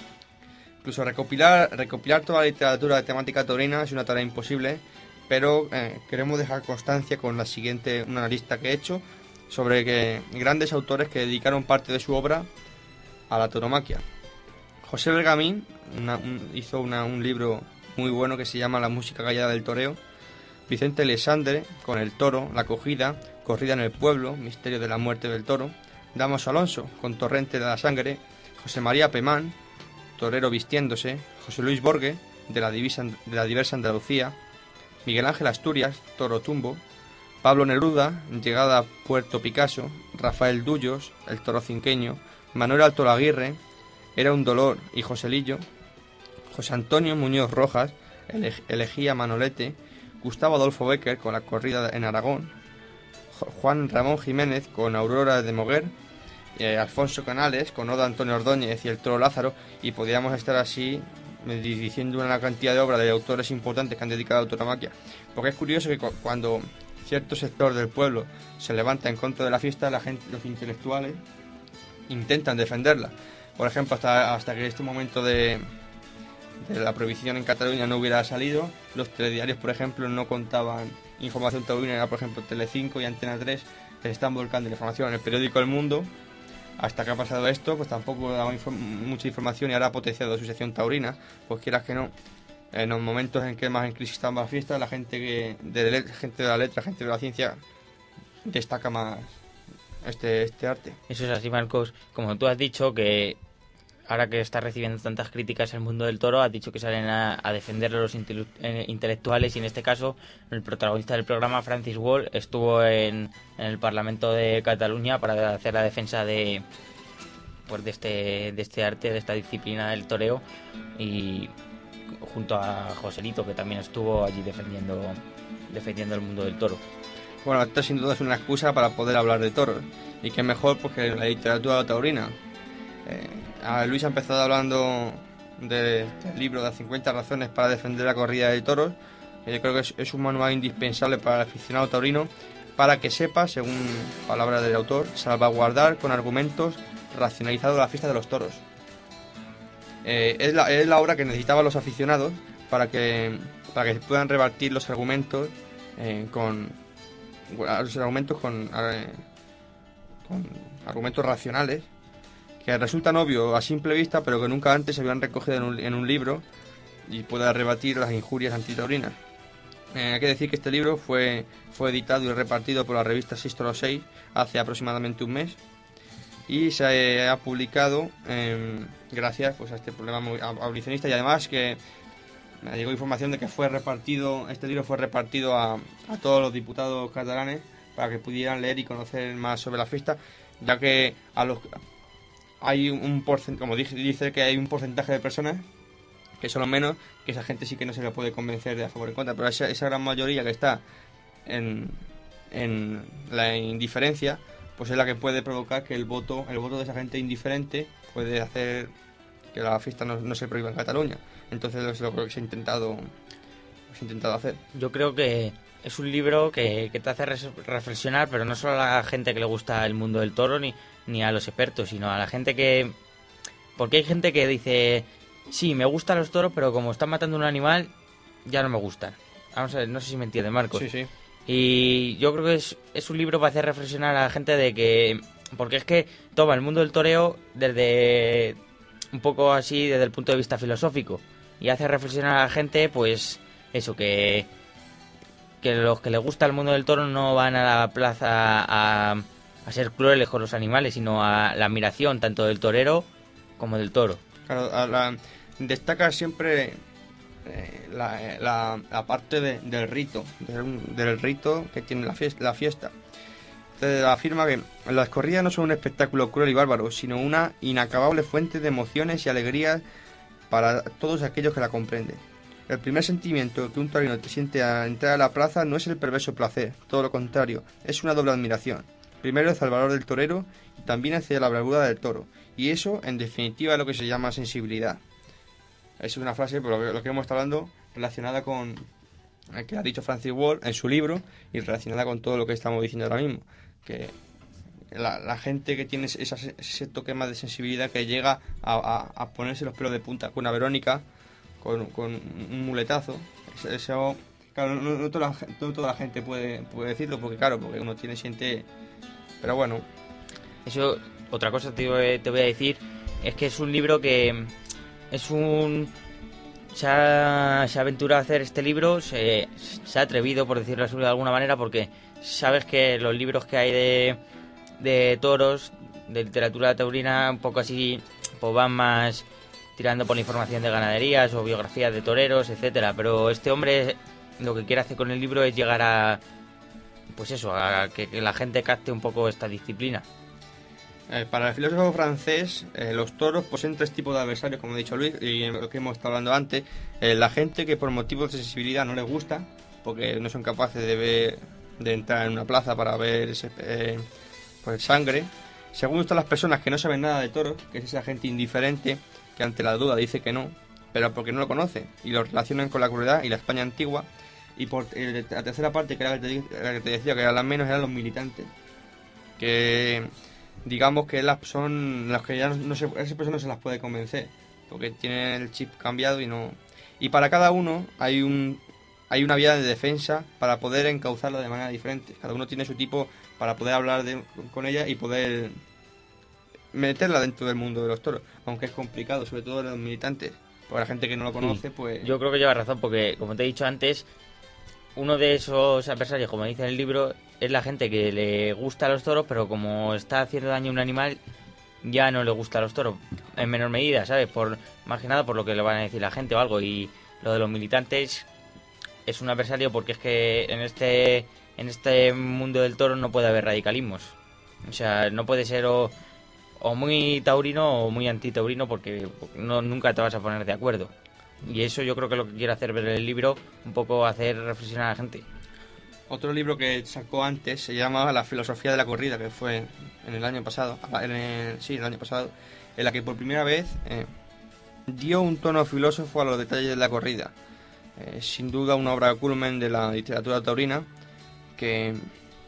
Incluso recopilar, recopilar toda la literatura de temática taurina es una tarea imposible, pero eh, queremos dejar constancia con la siguiente, una lista que he hecho sobre que grandes autores que dedicaron parte de su obra a la tauromaquia. José Bergamín una, un, hizo una, un libro muy bueno que se llama La música callada del toreo. Vicente Lesandre con El toro, La cogida, Corrida en el pueblo, Misterio de la muerte del toro. Damaso Alonso con Torrente de la sangre. José María Pemán, Torero vistiéndose. José Luis Borge, de la, divisa, de la diversa Andalucía. Miguel Ángel Asturias, Toro Tumbo. Pablo Neruda, Llegada a Puerto Picasso. Rafael Dullos, El toro cinqueño. Manuel Alto Aguirre, Era un dolor y Joselillo. José Antonio Muñoz Rojas, Elegía Manolete. Gustavo Adolfo Bécquer con La corrida en Aragón. Juan Ramón Jiménez con Aurora de Moguer. Eh, Alfonso Canales con Oda Antonio Ordóñez y El toro Lázaro, y podríamos estar así diciendo una cantidad de obras de autores importantes que han dedicado a la tauromaquia, porque es curioso que cu cuando cierto sector del pueblo se levanta en contra de la fiesta, la gente, los intelectuales intentan defenderla. Por ejemplo, hasta, hasta que este momento de, de la prohibición en Cataluña no hubiera salido, los telediarios, por ejemplo, no contaban información taurina, era por ejemplo Telecinco y Antena tres, que se están volcando la información. En el periódico El Mundo, hasta que ha pasado esto, pues tampoco daba inform mucha información y ahora ha potenciado su sección taurina, pues quieras que no, en los momentos en que más en crisis estaban las fiestas, la gente que de gente de la letra, gente de la ciencia destaca más este, este arte. Eso es así, Marcos. Como tú has dicho, que ahora que está recibiendo tantas críticas el mundo del toro, has dicho que salen a, a defender a los intele eh, intelectuales, y en este caso el protagonista del programa, Francis Wall, estuvo en, en el Parlamento de Cataluña para hacer la defensa de pues de este de este arte, de esta disciplina del toreo, y junto a Joselito, que también estuvo allí defendiendo defendiendo el mundo del toro. Bueno, esto sin duda es una excusa para poder hablar de toros. Y qué mejor pues, que la literatura taurina. Eh, a Luis ha empezado hablando de, del libro de las cincuenta razones para defender la corrida de toros. Yo creo que es, es un manual indispensable para el aficionado taurino para que sepa, según palabras del autor, salvaguardar con argumentos racionalizados la fiesta de los toros. Eh, es, la, es la obra que necesitaban los aficionados para que, para que puedan rebatir los argumentos eh, con los argumentos con, eh, con argumentos racionales que resultan obvios a simple vista, pero que nunca antes se habían recogido en un, en un libro y pueda rebatir las injurias antitaurinas. Eh, hay que decir que este libro fue, fue editado y repartido por la revista Sístolo seis hace aproximadamente un mes y se ha publicado eh, gracias pues, a este problema abolicionista, y además que me llegó información de que fue repartido este libro fue repartido a, a todos los diputados catalanes para que pudieran leer y conocer más sobre la fiesta, ya que a los hay un porcentaje, como dije, dice que hay un porcentaje de personas que son lo menos, que esa gente sí que no se le puede convencer de a favor o en contra, pero esa, esa gran mayoría que está en, en la indiferencia, pues es la que puede provocar que el voto el voto de esa gente indiferente puede hacer que la fiesta no, no se prohíba en Cataluña. Entonces es lo que se ha intentado, se ha intentado hacer. Yo creo que es un libro que, que te hace reflexionar, pero no solo a la gente que le gusta el mundo del toro ni, ni a los expertos, sino a la gente que... Porque hay gente que dice... Sí, me gustan los toros, pero como están matando un animal, ya no me gustan. Vamos a ver, no sé si me entiende, Marcos. Sí, sí. Y yo creo que es, es un libro para hacer reflexionar a la gente de que... Porque es que toma el mundo del toreo desde... Un poco así, desde el punto de vista filosófico. Y hace reflexionar a la gente, pues... Eso, que... Que los que les gusta el mundo del toro no van a la plaza a, a ser crueles con los animales, sino a la admiración tanto del torero como del toro. Claro, a la, destaca siempre eh, la, la, la parte de, del rito, del, del rito que tiene la fiesta. La fiesta. Entonces afirma que las corridas no son un espectáculo cruel y bárbaro, sino una inacabable fuente de emociones y alegrías para todos aquellos que la comprenden. El primer sentimiento que un taurino te siente al entrar a la plaza no es el perverso placer, todo lo contrario, es una doble admiración. Primero hacia el valor del torero y también hacia la bravura del toro. Y eso, en definitiva, es lo que se llama sensibilidad. Es una frase, por lo que, lo que hemos estado hablando, relacionada con el que ha dicho Francis Wall en su libro y relacionada con todo lo que estamos diciendo ahora mismo. Que la, la gente que tiene esa, ese toque más de sensibilidad que llega a, a, a ponerse los pelos de punta con una Verónica, con, con un muletazo. Eso, eso claro, no, no, toda la, no toda la gente puede, puede decirlo, porque claro, porque uno tiene siente... Pero bueno. Eso... Otra cosa te voy, te voy a decir es que es un libro que es un... Se ha, se ha aventurado a hacer este libro, se, se ha atrevido, por decirlo de alguna manera, porque sabes que los libros que hay de, de toros, de literatura taurina, un poco así, pues van más tirando por la información de ganaderías o biografías de toreros, etcétera. Pero este hombre lo que quiere hacer con el libro es llegar a... Pues eso, a que, que la gente capte un poco esta disciplina. Eh, para el filósofo francés, eh, los toros poseen tres tipos de adversarios, como ha dicho Luis, y en lo que hemos estado hablando antes. Eh, la gente que por motivos de sensibilidad no les gusta, porque no son capaces de ver, de entrar en una plaza para ver ese, eh, pues sangre. Segundo están las personas que no saben nada de toros, que es esa gente indiferente que ante la duda dice que no, pero porque no lo conoce y lo relacionan con la crueldad y la España antigua. Y por eh, la tercera parte, que era la que te, la que te decía, que eran las menos, eran los militantes, que digamos que las son las que ya no, no se, esas personas no se las puede convencer, porque tienen el chip cambiado y no. Y para cada uno hay un hay una vía de defensa para poder encauzarla de manera diferente. Cada uno tiene su tipo para poder hablar de, con ella y poder meterla dentro del mundo de los toros, aunque es complicado, sobre todo los militantes. Para la gente que no lo conoce, sí, pues... Yo creo que lleva razón, porque, como te he dicho antes, uno de esos adversarios, como dice en el libro, es la gente que le gusta a los toros, pero como está haciendo daño a un animal, ya no le gusta a los toros. En menor medida, ¿sabes? Por, más que nada por lo que le van a decir la gente o algo. Y lo de los militantes es un adversario porque es que en este, en este mundo del toro no puede haber radicalismos. O sea, no puede ser o... o muy taurino o muy antitaurino, porque no, nunca te vas a poner de acuerdo. Y eso yo creo que es lo que quiere hacer ver el libro, un poco hacer reflexionar a la gente. Otro libro que sacó antes se llama La filosofía de la corrida, que fue en el año pasado, en el, sí, el año pasado, en la que por primera vez eh, dio un tono filósofo a los detalles de la corrida. Eh, sin duda una obra culmen de la literatura taurina que,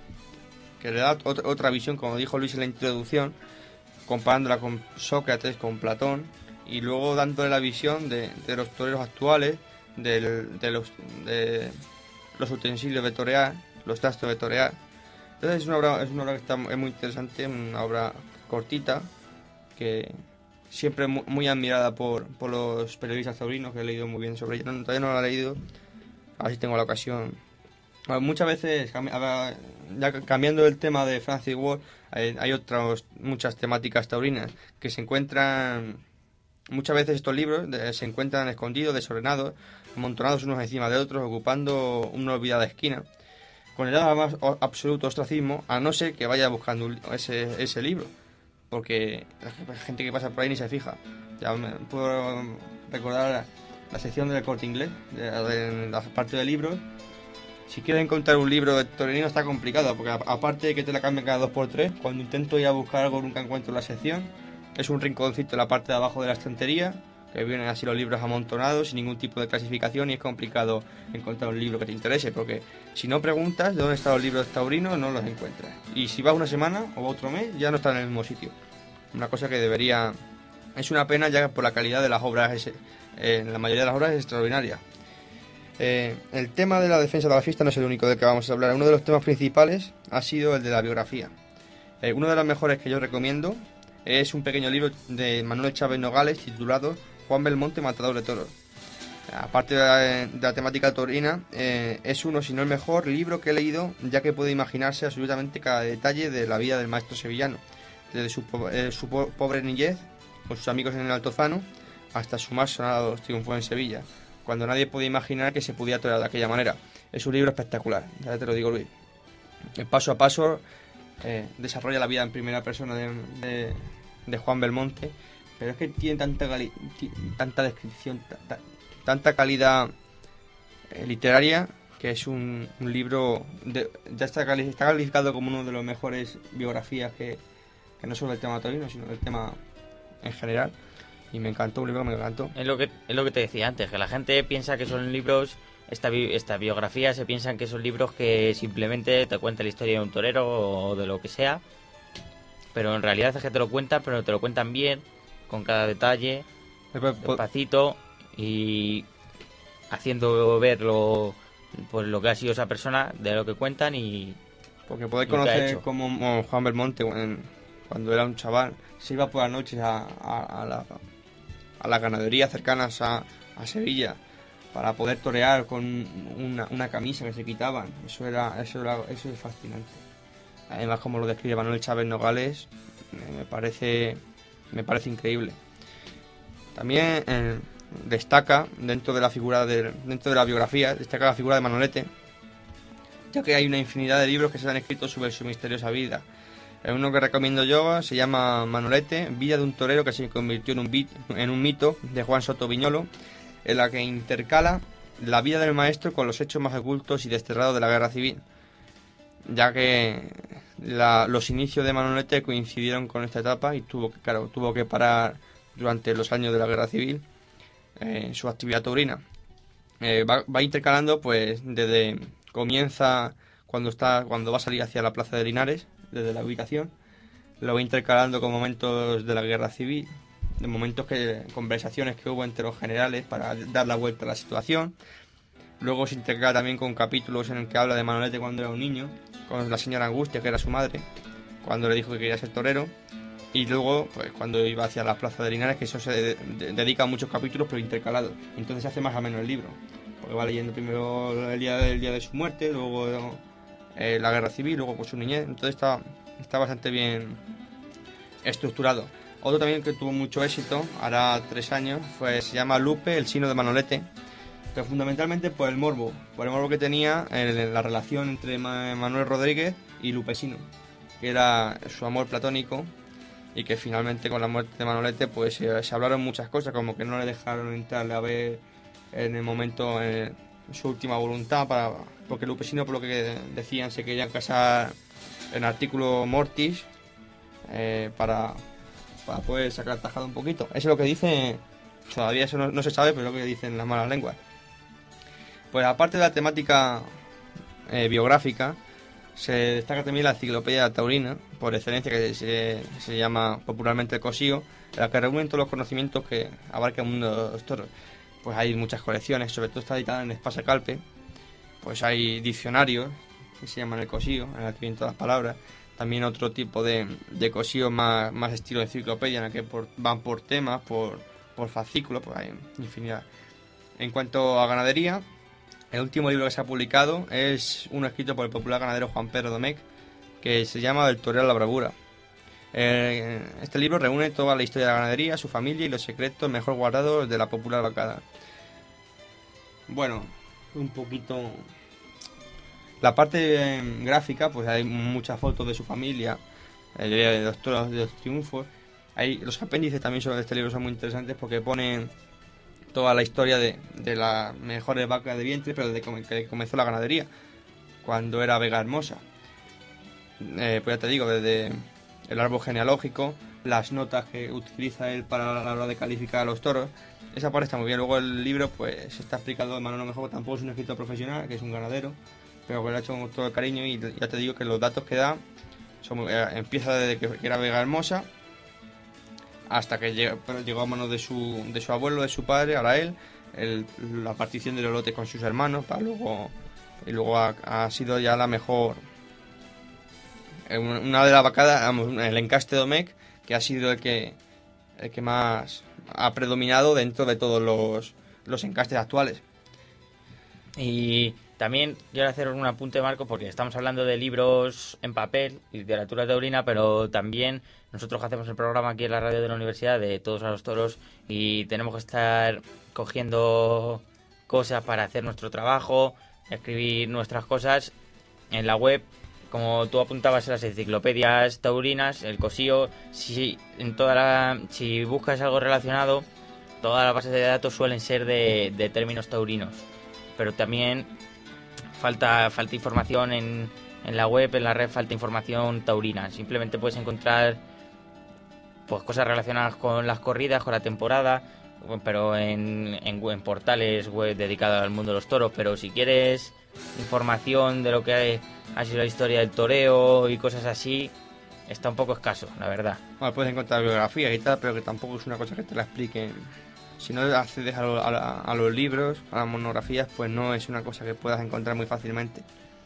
que le da otra, otra visión, como dijo Luis en la introducción, comparándola con Sócrates, con Platón, y luego dándole la visión de, de los toreros actuales, del, de, los, de los utensilios de torear, los trastos de torear. Entonces es una obra, es una obra que está, es muy interesante, una obra cortita, que siempre muy, muy admirada por, por los periodistas taurinos, que he leído muy bien sobre ella. No, todavía no la he leído, a ver si tengo la ocasión. Bueno, muchas veces, ya cambiando el tema de Francis Ward, hay, hay otras muchas temáticas taurinas que se encuentran. Muchas veces estos libros de, se encuentran escondidos, desordenados, amontonados unos encima de otros, ocupando una olvidada esquina, con el más absoluto ostracismo, a no ser que vaya buscando un, ese, ese libro, porque la gente que pasa por ahí ni se fija. Ya me puedo recordar la, la sección del Corte Inglés, de, de la parte de libros. Si quieres encontrar un libro de torerino está complicado, porque aparte de que te la cambian cada dos por tres, cuando intento ir a buscar algo nunca encuentro la sección. Es un rinconcito en la parte de abajo de la estantería, que vienen así los libros amontonados, sin ningún tipo de clasificación, y es complicado encontrar un libro que te interese, porque si no preguntas de dónde están los libros taurinos, no los encuentras. Y si vas una semana o otro mes, ya no están en el mismo sitio. Una cosa que debería... Es una pena, ya que por la calidad de las obras, es, eh, la mayoría de las obras es extraordinaria. Eh, el tema de la defensa de la fiesta no es el único del que vamos a hablar. Uno de los temas principales ha sido el de la biografía. Eh, uno de los mejores que yo recomiendo es un pequeño libro de Manuel Chávez Nogales titulado Juan Belmonte, matador de toros. Aparte de la, de la temática taurina, eh, es uno, si no el mejor libro que he leído, ya que puede imaginarse absolutamente cada detalle de la vida del maestro sevillano, desde su, eh, su po pobre niñez con sus amigos en el Altozano hasta su más sonados triunfo en Sevilla, cuando nadie podía imaginar que se podía torear de aquella manera. Es un libro espectacular, ya te lo digo, Luis. El paso a paso eh, desarrolla la vida en primera persona de, de de Juan Belmonte, pero es que tiene tanta tanta descripción, tanta, tanta calidad eh, literaria, que es un, un libro de, ya está, cali está calificado como uno de los mejores biografías que, que no solo del tema taurino, sino del tema en general, y me encantó, un libro que me encantó. Es lo que, es lo que te decía antes, que la gente piensa que son libros, esta, bi esta biografía se piensan que son libros que simplemente te cuentan la historia de un torero o de lo que sea, pero en realidad es que te lo cuentan, pero te lo cuentan bien, con cada detalle, despacito, y haciendo ver lo, pues, lo que ha sido esa persona, de lo que cuentan, y porque podéis conocer como Juan Belmonte, cuando era un chaval, se iba por las noches a, a, a, la, a las ganaderías cercanas a, a Sevilla para poder torear con una, una camisa que se quitaban. Eso era, eso era, eso es fascinante. Además, como lo describe Manuel Chávez Nogales, me parece, me parece increíble. También eh, destaca dentro de la figura de, dentro de la biografía, destaca la figura de Manolete, ya que hay una infinidad de libros que se han escrito sobre su misteriosa vida. Uno que recomiendo yo se llama Manolete, vida de un torero que se convirtió en un, bit, en un mito, de Juan Soto Viñolo, en la que intercala la vida del maestro con los hechos más ocultos y desterrados de la guerra civil, ya que la, los inicios de Manolete coincidieron con esta etapa y tuvo que, claro, tuvo que parar durante los años de la guerra civil eh, su actividad taurina. Eh, va, va intercalando, pues desde comienza cuando está cuando va a salir hacia la plaza de Linares, desde la ubicación, lo va intercalando con momentos de la guerra civil, de momentos que conversaciones que hubo entre los generales para dar la vuelta a la situación. Luego se intercala también con capítulos en el que habla de Manolete cuando era un niño, con la señora Angustia, que era su madre, cuando le dijo que quería ser torero. Y luego, pues cuando iba hacia la plaza de Linares, que eso se de de dedica a muchos capítulos, pero intercalados. Entonces se hace más o menos el libro, porque va leyendo primero el día, el día de su muerte, luego eh, la guerra civil, luego pues, su niñez. Entonces está, está bastante bien estructurado. Otro también que tuvo mucho éxito, hará tres años, pues se llama Lupe, el sino de Manolete, pero fundamentalmente por el morbo, por el morbo que tenía en la relación entre Manuel Rodríguez y Lupe Sino, que era su amor platónico, y que finalmente con la muerte de Manolete pues se, se hablaron muchas cosas, como que no le dejaron entrarle a ver en el momento en, su última voluntad, para porque Lupesino, por lo que decían, se querían casar en artículo mortis eh, para, para poder sacar tajado un poquito. Eso es lo que dice, todavía eso no, no se sabe, pero es lo que dicen las malas lenguas. Pues aparte de la temática eh, biográfica, se destaca también la enciclopedia taurina, por excelencia, que se, se llama popularmente el Cosío, en la que reúnen todos los conocimientos que abarca el mundo de los toros. Pues hay muchas colecciones, sobre todo está editada en Espasa Calpe, pues hay diccionarios que se llaman el Cosío, en el que vienen todas las palabras, también otro tipo de, de Cosío más, más estilo enciclopedia, en el que por, van por temas, por, por fascículos, pues hay infinidad. En cuanto a ganadería, el último libro que se ha publicado es uno escrito por el popular ganadero Juan Pedro Domecq, que se llama El torero a la bravura. Eh, este libro reúne toda la historia de la ganadería, su familia y los secretos mejor guardados de la popular vacada. Bueno, un poquito... La parte eh, gráfica, pues hay muchas fotos de su familia, eh, de los toros, de los triunfos. Hay, los apéndices también sobre este libro son muy interesantes porque ponen toda la historia de, de las mejores vacas de vientre, pero desde que comenzó la ganadería, cuando era Vega Hermosa. Eh, pues ya te digo, desde el árbol genealógico, las notas que utiliza él para la hora de calificar a los toros. Esa parte está muy bien. Luego el libro pues está explicado de manera mejor, tampoco es un escritor profesional, que es un ganadero, pero que lo ha hecho con todo el cariño, y ya te digo que los datos que da son, eh, empieza desde que, que era Vega Hermosa hasta que llegó, llegó a manos de su, de su abuelo, de su padre, ahora él, el, la partición de los lotes con sus hermanos, para luego, y luego ha, ha sido ya la mejor, una de las vacadas, vamos, el encaste Domecq, que ha sido el que el que más ha predominado dentro de todos los, los encastes actuales. Y también quiero hacer un apunte, Marco, porque estamos hablando de libros en papel, literatura taurina, pero también nosotros hacemos el programa aquí en la radio de la universidad de Todos a los Toros, y tenemos que estar cogiendo cosas para hacer nuestro trabajo, escribir nuestras cosas en la web. Como tú apuntabas en las enciclopedias taurinas, el Cosío, si en toda la, si buscas algo relacionado, todas las bases de datos suelen ser de, de términos taurinos, pero también falta falta información en, en la web, en la red falta información taurina. Simplemente puedes encontrar pues cosas relacionadas con las corridas, con la temporada, pero en, en, en portales web dedicados al mundo de los toros. Pero si quieres información de lo que hay, ha sido la historia del toreo y cosas así, está un poco escaso, la verdad. Bueno, puedes encontrar biografías y tal, pero que tampoco es una cosa que te la expliquen. Si no accedes a, lo, a, la, a los libros, a las monografías, pues no es una cosa que puedas encontrar muy fácilmente.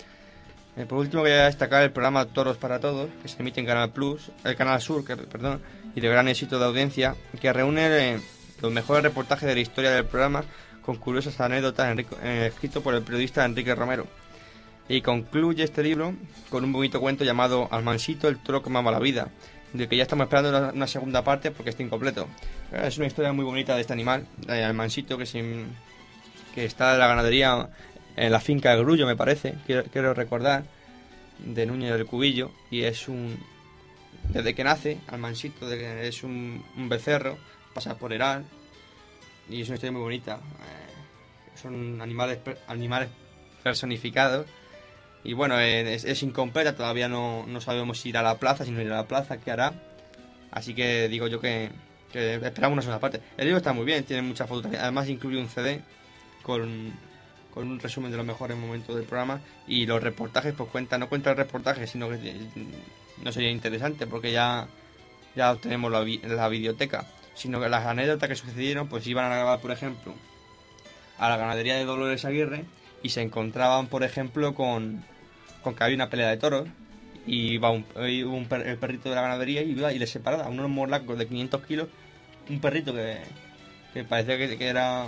Eh, por último, voy a destacar el programa Toros para Todos, que se emite en Canal Plus, el Canal Sur, que, perdón, y de gran éxito de audiencia, que reúne eh, los mejores reportajes de la historia del programa, con curiosas anécdotas Enrique, eh, escrito por el periodista Enrique Romero. Y concluye este libro con un bonito cuento llamado Almansito, el toro que mama la vida, de que ya estamos esperando una, una segunda parte porque está incompleto. Es una historia muy bonita de este animal, de Almansito, que, se, que está en la ganadería, en la finca del Grullo, me parece, quiero, quiero recordar, de Núñez del Cubillo, y es un... Desde que nace, Almansito, de que es un, un becerro, pasa por Heral, y es una historia muy bonita. Eh, son animales animales personificados. Y bueno, es, es incompleta, todavía no, no sabemos si irá a la plaza, si no irá a la plaza, qué hará. Así que digo yo que, que esperamos una segunda parte. El libro está muy bien, tiene muchas fotos, además incluye un C D con, con un resumen de los mejores momentos del programa. Y los reportajes, pues cuenta, no cuenta el reportaje, sino que no sería interesante porque ya, ya obtenemos la, la videoteca. Sino que las anécdotas que sucedieron, pues iban a grabar, por ejemplo, a la ganadería de Dolores Aguirre, y se encontraban, por ejemplo, con, con que había una pelea de toros, y iba un, iba un per, el perrito de la ganadería y iba y le separaba a unos morlacos de quinientos kilos, un perrito que, que parecía que, que era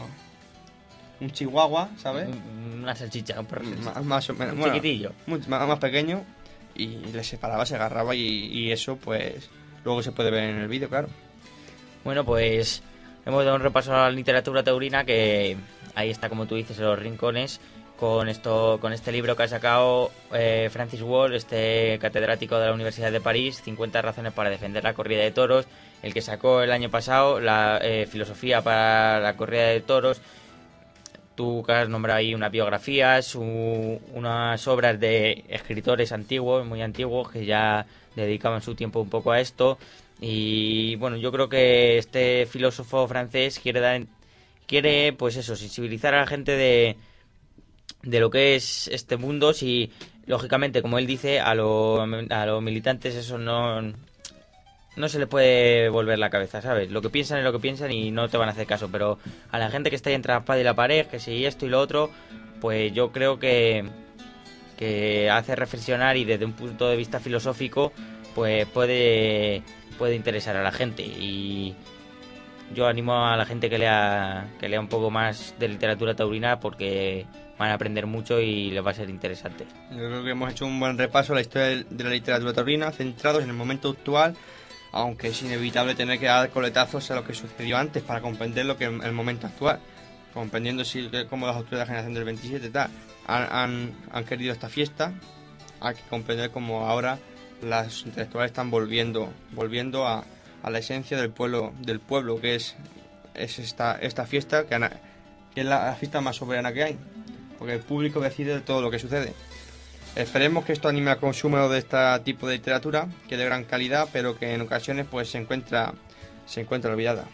un chihuahua, ¿sabes? Una salchicha, un perrito. Más, más o menos, un bueno, chiquitillo. Más, más pequeño, y le separaba, se agarraba, y, y eso, pues, luego se puede ver en el vídeo, claro. Bueno, pues hemos dado un repaso a la literatura taurina, que ahí está, como tú dices, en los rincones, con esto, con este libro que ha sacado eh, Francis Wall, este catedrático de la Universidad de París, cincuenta razones para defender la corrida de toros, el que sacó el año pasado la eh, filosofía para la corrida de toros. tú has nombrado ahí unas biografías, u- unas obras de escritores antiguos, muy antiguos, que ya dedicaban su tiempo un poco a esto. Y bueno, yo creo que este filósofo francés quiere dar, quiere, pues eso, sensibilizar a la gente de, de lo que es este mundo. Si, lógicamente, como él dice, a, lo- a los militantes eso no, no se le puede volver la cabeza, ¿sabes? Lo que piensan es lo que piensan y no te van a hacer caso. Pero a la gente que está ahí entre la espada y la pared, que si esto y lo otro, pues yo creo que, que hace reflexionar, y desde un punto de vista filosófico, pues puede, puede interesar a la gente. Y yo animo a la gente que lea, que lea un poco más de literatura taurina, porque van a aprender mucho y les va a ser interesante. Yo creo que hemos hecho un buen repaso a la historia de la literatura taurina, centrados en el momento actual, aunque es inevitable tener que dar coletazos a lo que sucedió antes para comprender lo que es el momento actual, comprendiendo si cómo las autoridades de la generación del veintisiete tal, han, han, han querido esta fiesta. Hay que comprender cómo ahora las intelectuales están volviendo volviendo a, a la esencia del pueblo del pueblo que es, es esta, esta fiesta, que, ana, que es la, la fiesta más soberana que hay, porque el público decide de todo lo que sucede. Esperemos que esto anime al consumo de este tipo de literatura, que es de gran calidad, pero que en ocasiones pues se encuentra se encuentra olvidada.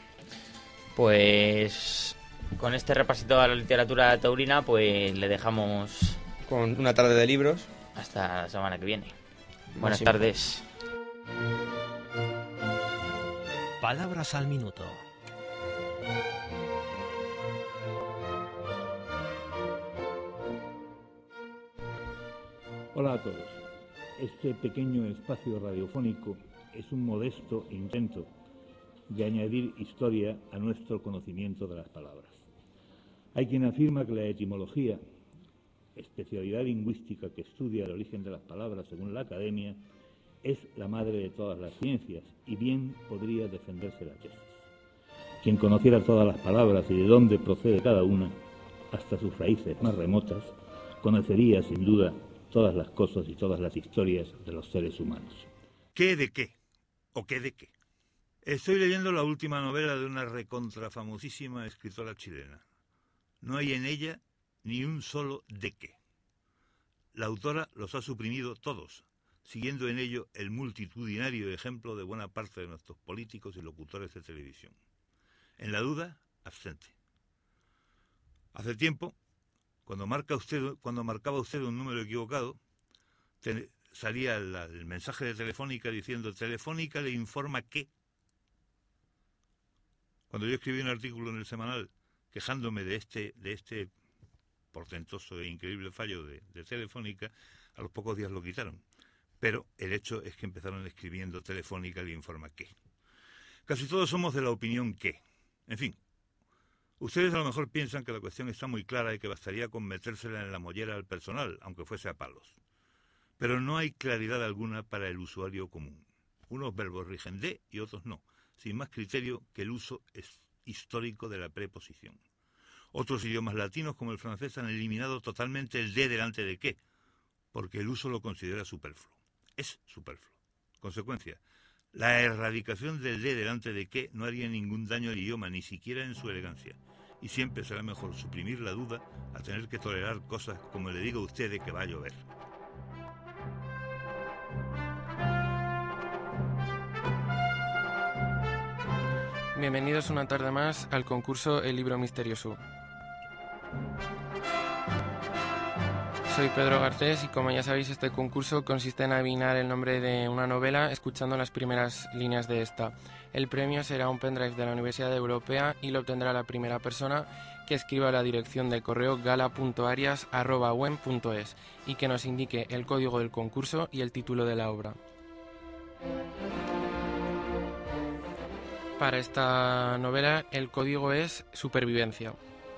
Pues con este repasito a la literatura taurina, pues le dejamos con una tarde de libros. Hasta la semana que viene. Buenas Así tardes. Palabras al minuto. Hola a todos. Este pequeño espacio radiofónico es un modesto intento de añadir historia a nuestro conocimiento de las palabras. Hay quien afirma que la etimología, especialidad lingüística que estudia el origen de las palabras según la Academia, es la madre de todas las ciencias, y bien podría defenderse la tesis. Quien conociera todas las palabras y de dónde procede cada una, hasta sus raíces más remotas, conocería sin duda todas las cosas y todas las historias de los seres humanos. ¿Qué de qué? ¿O qué de qué? Estoy leyendo la última novela de una recontrafamosísima escritora chilena. No hay en ella ni un solo de qué. La autora los ha suprimido todos, siguiendo en ello el multitudinario ejemplo de buena parte de nuestros políticos y locutores de televisión. En la duda, abstente. Hace tiempo, cuando marca usted, cuando marcaba usted un número equivocado, te, salía el, el mensaje de Telefónica diciendo: Telefónica le informa que. Cuando yo escribí un artículo en el Semanal quejándome de este, de este portentoso e increíble fallo de, de Telefónica, a los pocos días lo quitaron. Pero el hecho es que empezaron escribiendo Telefónica le informa que. Casi todos somos de la opinión que. En fin, ustedes a lo mejor piensan que la cuestión está muy clara y que bastaría con metérsela en la mollera al personal, aunque fuese a palos. Pero no hay claridad alguna para el usuario común. Unos verbos rigen de y otros no, sin más criterio que el uso es histórico de la preposición. Otros idiomas latinos, como el francés, han eliminado totalmente el de delante de que, porque el uso lo considera superfluo. Es superfluo. Consecuencia, la erradicación del de delante de que no haría ningún daño al idioma, ni siquiera en su elegancia. Y siempre será mejor suprimir la duda a tener que tolerar cosas como le digo a usted de que va a llover. Bienvenidos una tarde más al concurso El Libro Misterioso. Soy Pedro Garcés y, como ya sabéis, este concurso consiste en adivinar el nombre de una novela escuchando las primeras líneas de esta. El premio será un pendrive de la Universidad Europea y lo obtendrá la primera persona que escriba la dirección de correo gala punto arias arroba wen punto es y que nos indique el código del concurso y el título de la obra. Para esta novela el código es Supervivencia.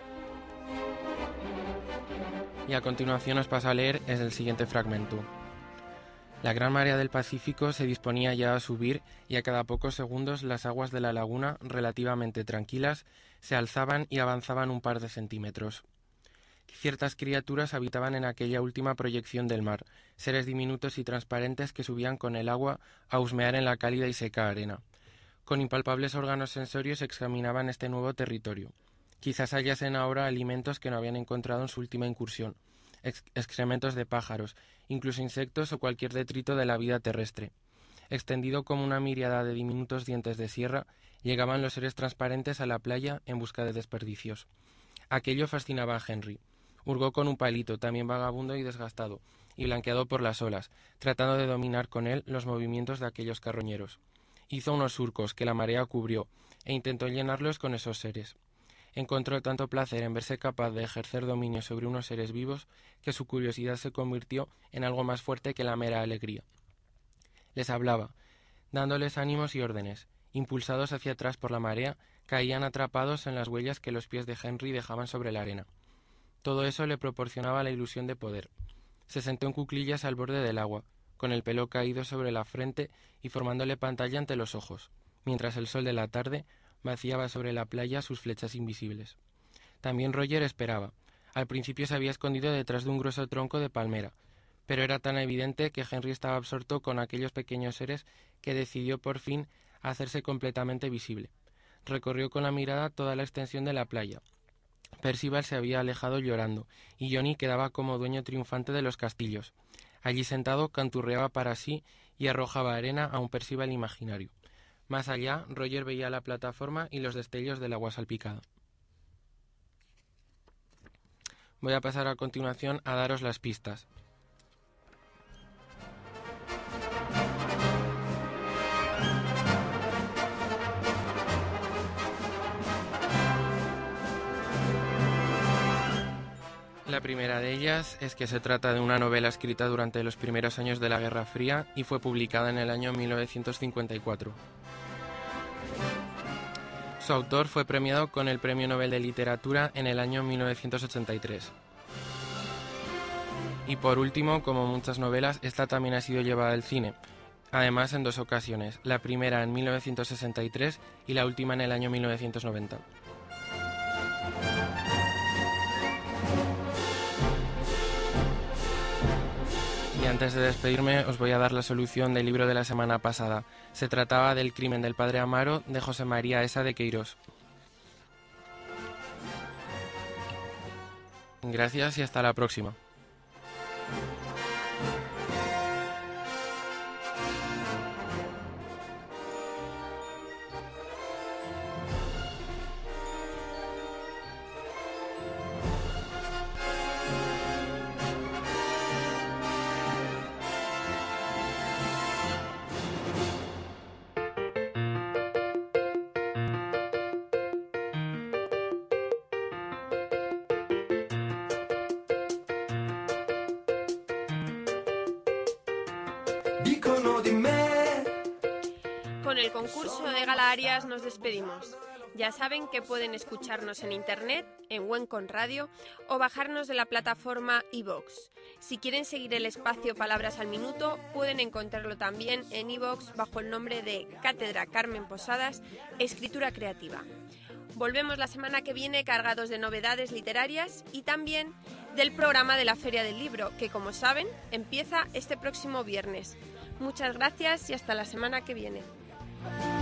Y a continuación os paso a leer es el siguiente fragmento. La gran marea del Pacífico se disponía ya a subir y a cada pocos segundos las aguas de la laguna, relativamente tranquilas, se alzaban y avanzaban un par de centímetros. Ciertas criaturas habitaban en aquella última proyección del mar, seres diminutos y transparentes que subían con el agua a husmear en la cálida y seca arena. Con impalpables órganos sensorios examinaban este nuevo territorio. Quizás hallasen ahora alimentos que no habían encontrado en su última incursión, ex- excrementos de pájaros, incluso insectos o cualquier detrito de la vida terrestre. Extendido como una miríada de diminutos dientes de sierra, llegaban los seres transparentes a la playa en busca de desperdicios. Aquello fascinaba a Henry. Hurgó con un palito, también vagabundo y desgastado, y blanqueado por las olas, tratando de dominar con él los movimientos de aquellos carroñeros. Hizo unos surcos que la marea cubrió, e intentó llenarlos con esos seres. Encontró tanto placer en verse capaz de ejercer dominio sobre unos seres vivos que su curiosidad se convirtió en algo más fuerte que la mera alegría. Les hablaba, dándoles ánimos y órdenes. Impulsados hacia atrás por la marea, caían atrapados en las huellas que los pies de Henry dejaban sobre la arena. Todo eso le proporcionaba la ilusión de poder. Se sentó en cuclillas al borde del agua, con el pelo caído sobre la frente y formándole pantalla ante los ojos, mientras el sol de la tarde vaciaba sobre la playa sus flechas invisibles. También Roger esperaba. Al principio se había escondido detrás de un grueso tronco de palmera, pero era tan evidente que Henry estaba absorto con aquellos pequeños seres que decidió por fin hacerse completamente visible. Recorrió con la mirada toda la extensión de la playa. Percival se había alejado llorando, y Johnny quedaba como dueño triunfante de los castillos. Allí sentado canturreaba para sí y arrojaba arena a un Percival imaginario. Más allá, Roger veía la plataforma y los destellos del agua salpicada. Voy a pasar a continuación a daros las pistas. La primera de ellas es que se trata de una novela escrita durante los primeros años de la Guerra Fría y fue publicada en el año mil novecientos cincuenta y cuatro. Su autor fue premiado con el Premio Nobel de Literatura en el año mil novecientos ochenta y tres. Y por último, como muchas novelas, esta también ha sido llevada al cine, además en dos ocasiones, la primera en mil novecientos sesenta y tres y la última en el año mil novecientos noventa. Y antes de despedirme os voy a dar la solución del libro de la semana pasada. Se trataba del Crimen del padre Amaro de José María Esa de Queirós. Gracias y hasta la próxima. Con el concurso de Gala Arias nos despedimos. Ya saben que pueden escucharnos en internet, en Wencon Radio o bajarnos de la plataforma iVoox. Si quieren seguir el espacio Palabras al Minuto, pueden encontrarlo también en iVoox bajo el nombre de Cátedra Carmen Posadas, Escritura Creativa. Volvemos la semana que viene cargados de novedades literarias y también del programa de la Feria del Libro, que como saben empieza este próximo viernes. Muchas gracias y hasta la semana que viene.